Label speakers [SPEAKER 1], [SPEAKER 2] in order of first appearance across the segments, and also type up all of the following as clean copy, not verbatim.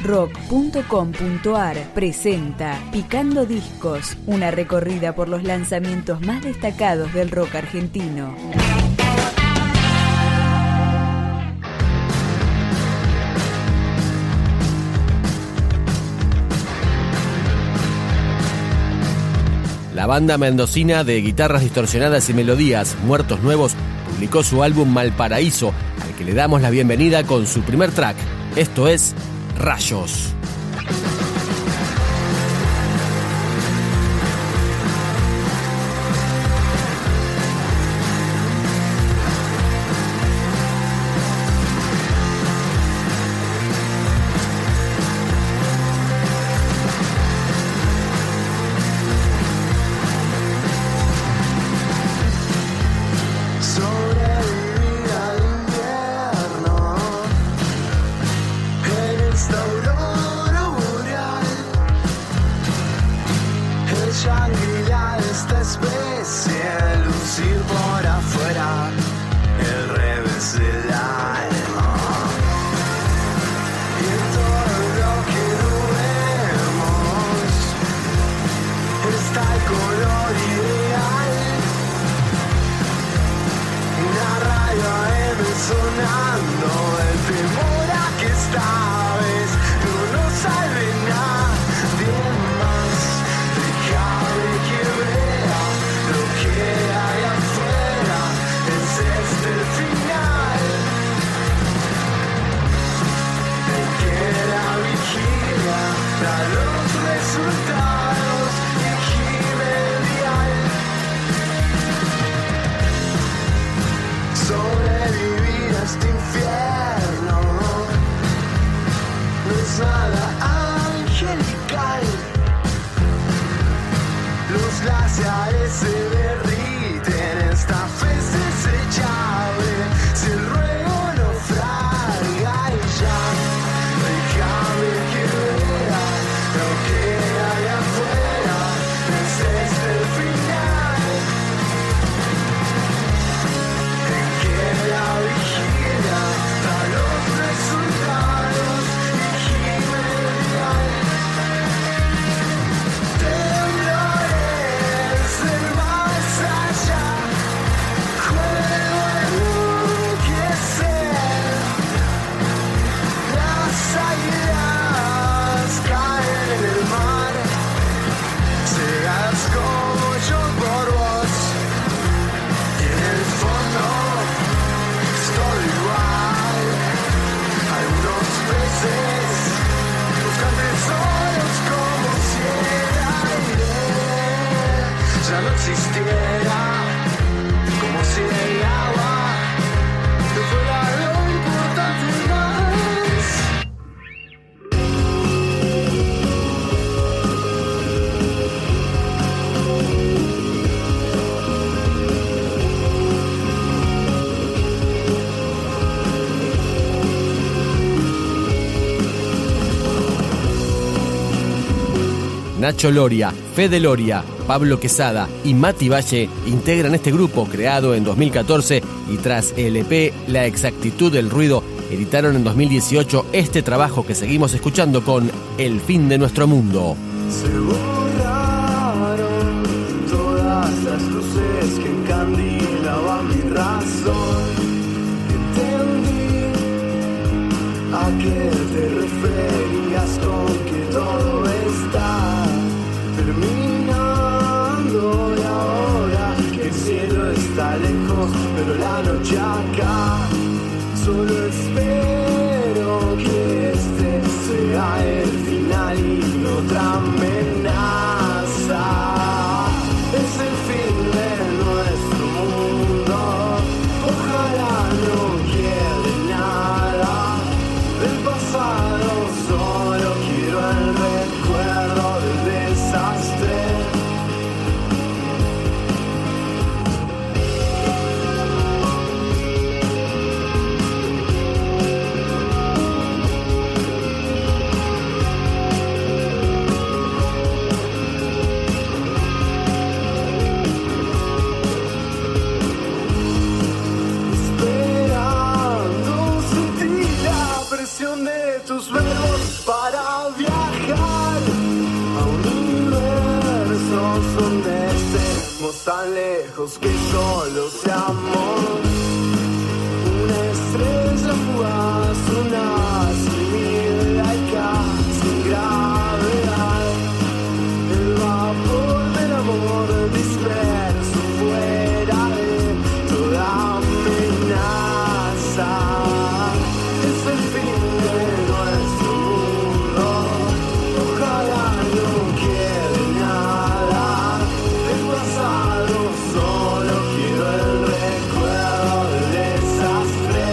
[SPEAKER 1] rock.com.ar presenta Picando Discos, una recorrida por los lanzamientos más destacados del rock argentino.
[SPEAKER 2] La banda mendocina de guitarras distorsionadas y melodías, Muertos Nuevos, publicó su álbum Malparaíso, al que le damos la bienvenida con su primer track. Esto es Rayos.
[SPEAKER 3] Shangri-La de esta especie, lucir por afuera el revés del alma. Y en todo lo que vemos está el color ideal. Una radio AM sonando, el temor a que esta vez no nos salve nadie más. Déjame que vea lo que hay afuera, es este el final. El que la vigilia da los resultados y gime el dial. Sobrevivir a este infierno no es nada angelical. Los glaciares se derriten, esta fe es desechable. Si el ruego naufraga y ya, déjame que vea lo que hay afuera, es este el final. En que la vigilia da los resultados y gime el dial. Ya no existiera, como si el agua no fuera lo importante más.
[SPEAKER 2] Nacho Loria, Fede Loria, Pablo Quesada y Mati Valle integran este grupo creado en 2014 y tras el EP La Exactitud del Ruido editaron en 2018 este trabajo que seguimos escuchando con El Fin de Nuestro Mundo.
[SPEAKER 3] Se borraron todas las luces que encandilaban mi razón. Entendí a qué te referías con que todo está terminando y ahora que el cielo está lejos, pero la noche acá. Solo espero que este sea el final y no otra amenaza. Es el fin de nuestro mundo, ojalá no quede nada del pasado, solo quiero el recuerdo del desastre. de tus verbos para viajar a universos donde estemos tan lejos que solo seamos una estrella fugaz, una sin laica, sin gravedad, el vapor del amor disperso fuera de toda amenaza. Es el fin de nuestro mundo, ojalá no quede nada del pasado, solo quiero el recuerdo del desastre.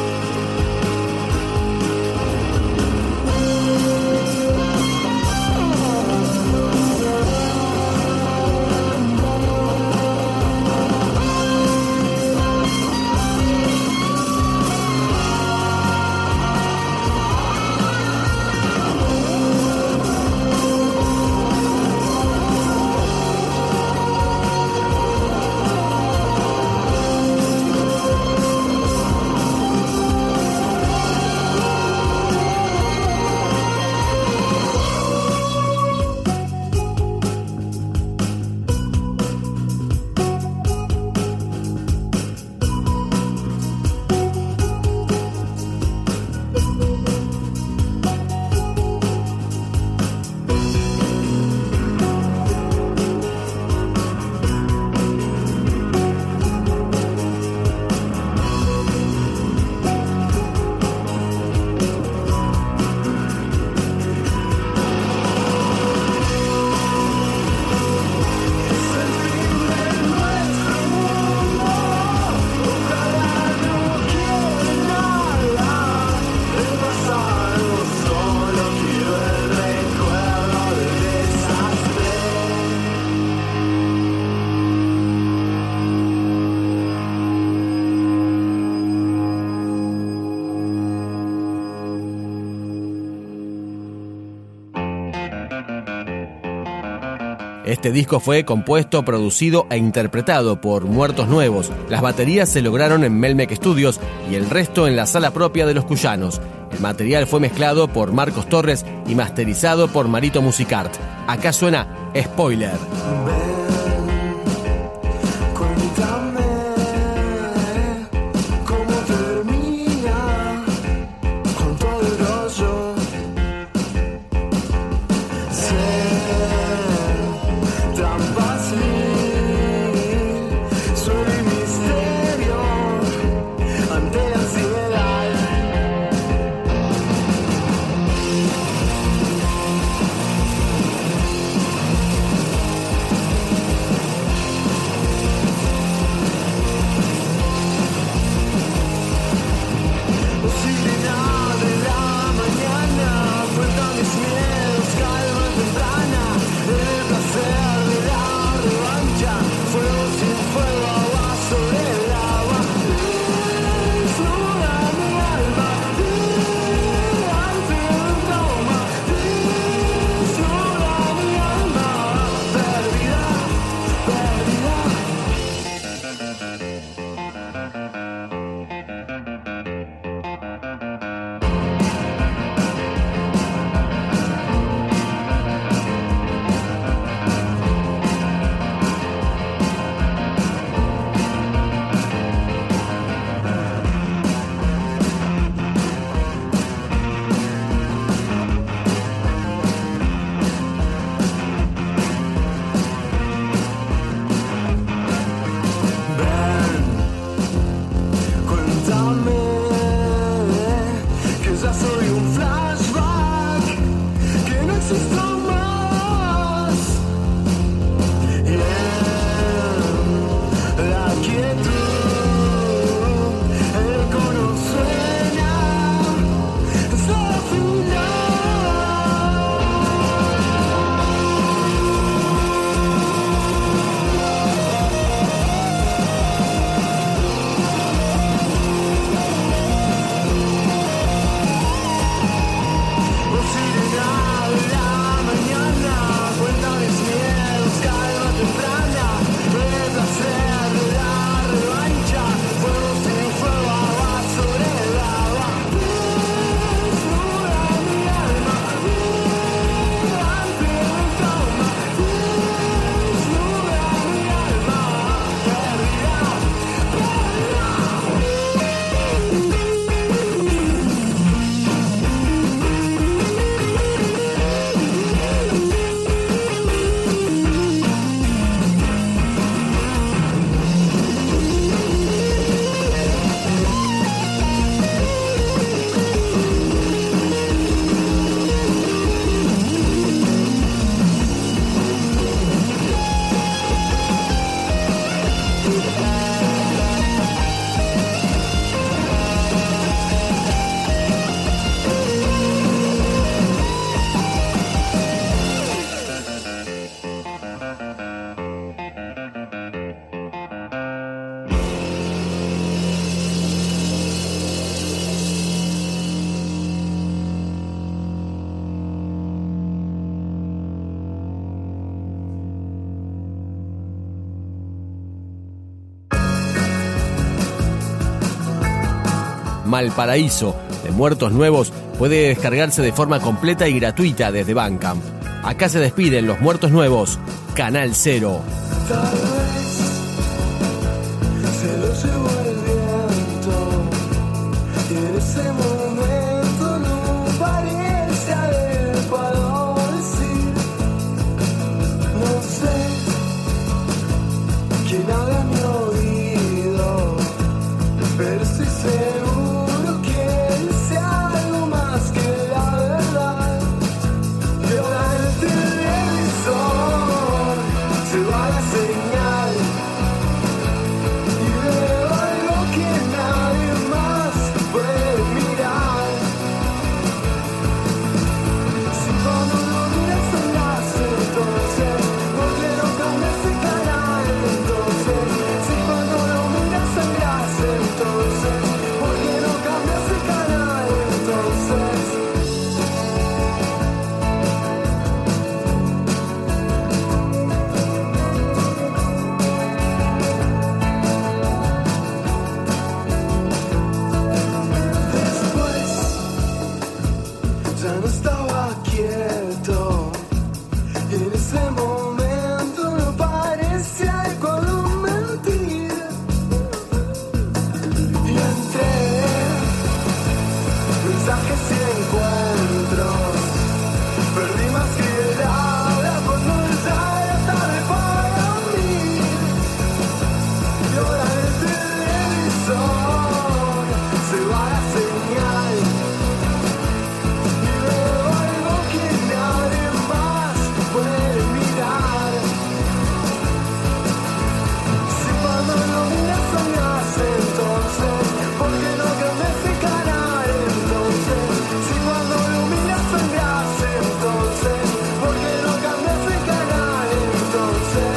[SPEAKER 2] Este disco fue compuesto, producido e interpretado por Muertos Nuevos. Las baterías se lograron en Melmec Studios y el resto en la sala propia de Los Cuyanos. El material fue mezclado por Marcos Torres y masterizado por Marito Musicart. Acá suena Spoiler. Malparaíso, de Muertos Nuevos, puede descargarse de forma completa y gratuita desde Bandcamp. Acá se despiden Los Muertos Nuevos, Canal 0.
[SPEAKER 3] Tal vez se lo llevó el viento y en ese momento no parece haber para decir. No sé quién habla en mi oído, pero estoy seguro que dice algo más que la verdad. Y ahora el televisor se va la señal y veo algo que nadie más puede mirar. Si cuando lo miras soñás, entonces ¿por qué no cambias de canal? Entonces, si cuando lo miras soñás, entonces ¿por qué no cambias de canal? Entonces después ya no estaba quieto y en ese momento no parecía con mentir y entre mensajes y encuentros perdí más que el habla cuando ya era tarde para mí. Y ahora el televisor se va la señal y veo algo que nadie más puede mirar. Si cuando lo miras soñás, entonces ¿por qué no cambias de canal? Entonces, si cuando lo miras soñás, entonces ¿por qué no cambias de canal? Entonces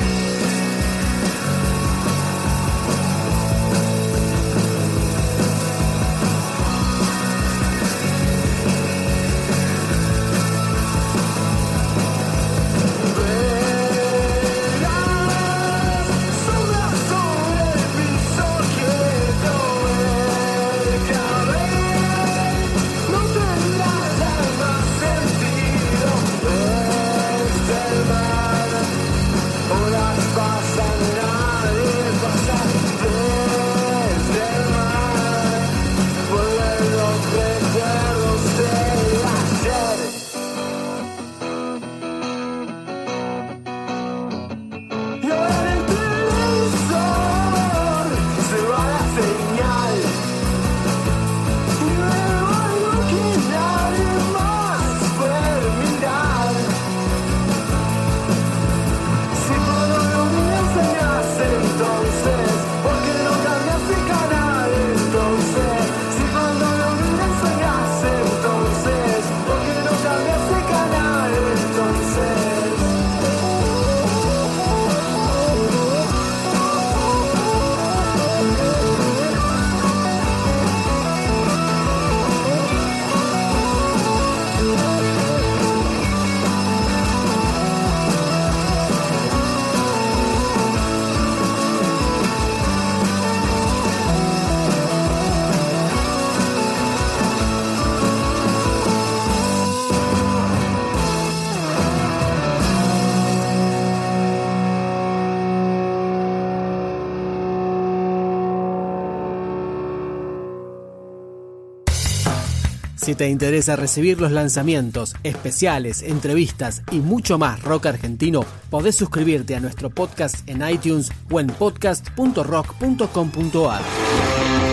[SPEAKER 3] sombras sobre el piso que no cabe, no tendrá más sentido. Desde el mar, olas pasan, nadie pasa. Desde el mar, vuelven los recuerdos del ayer. Y ahora en el televisor se va la señal y veo algo que nadie más puede mirar. Si cuando lo miras soñás, entonces ¿por qué no cambias de canal? Entonces, si cuando lo miras soñás, entonces ¿por qué no cambias de canal? Entonces
[SPEAKER 4] Si te interesa recibir los lanzamientos, especiales, entrevistas y mucho más rock argentino, podés suscribirte a nuestro podcast en iTunes o en podcast.rock.com.ar.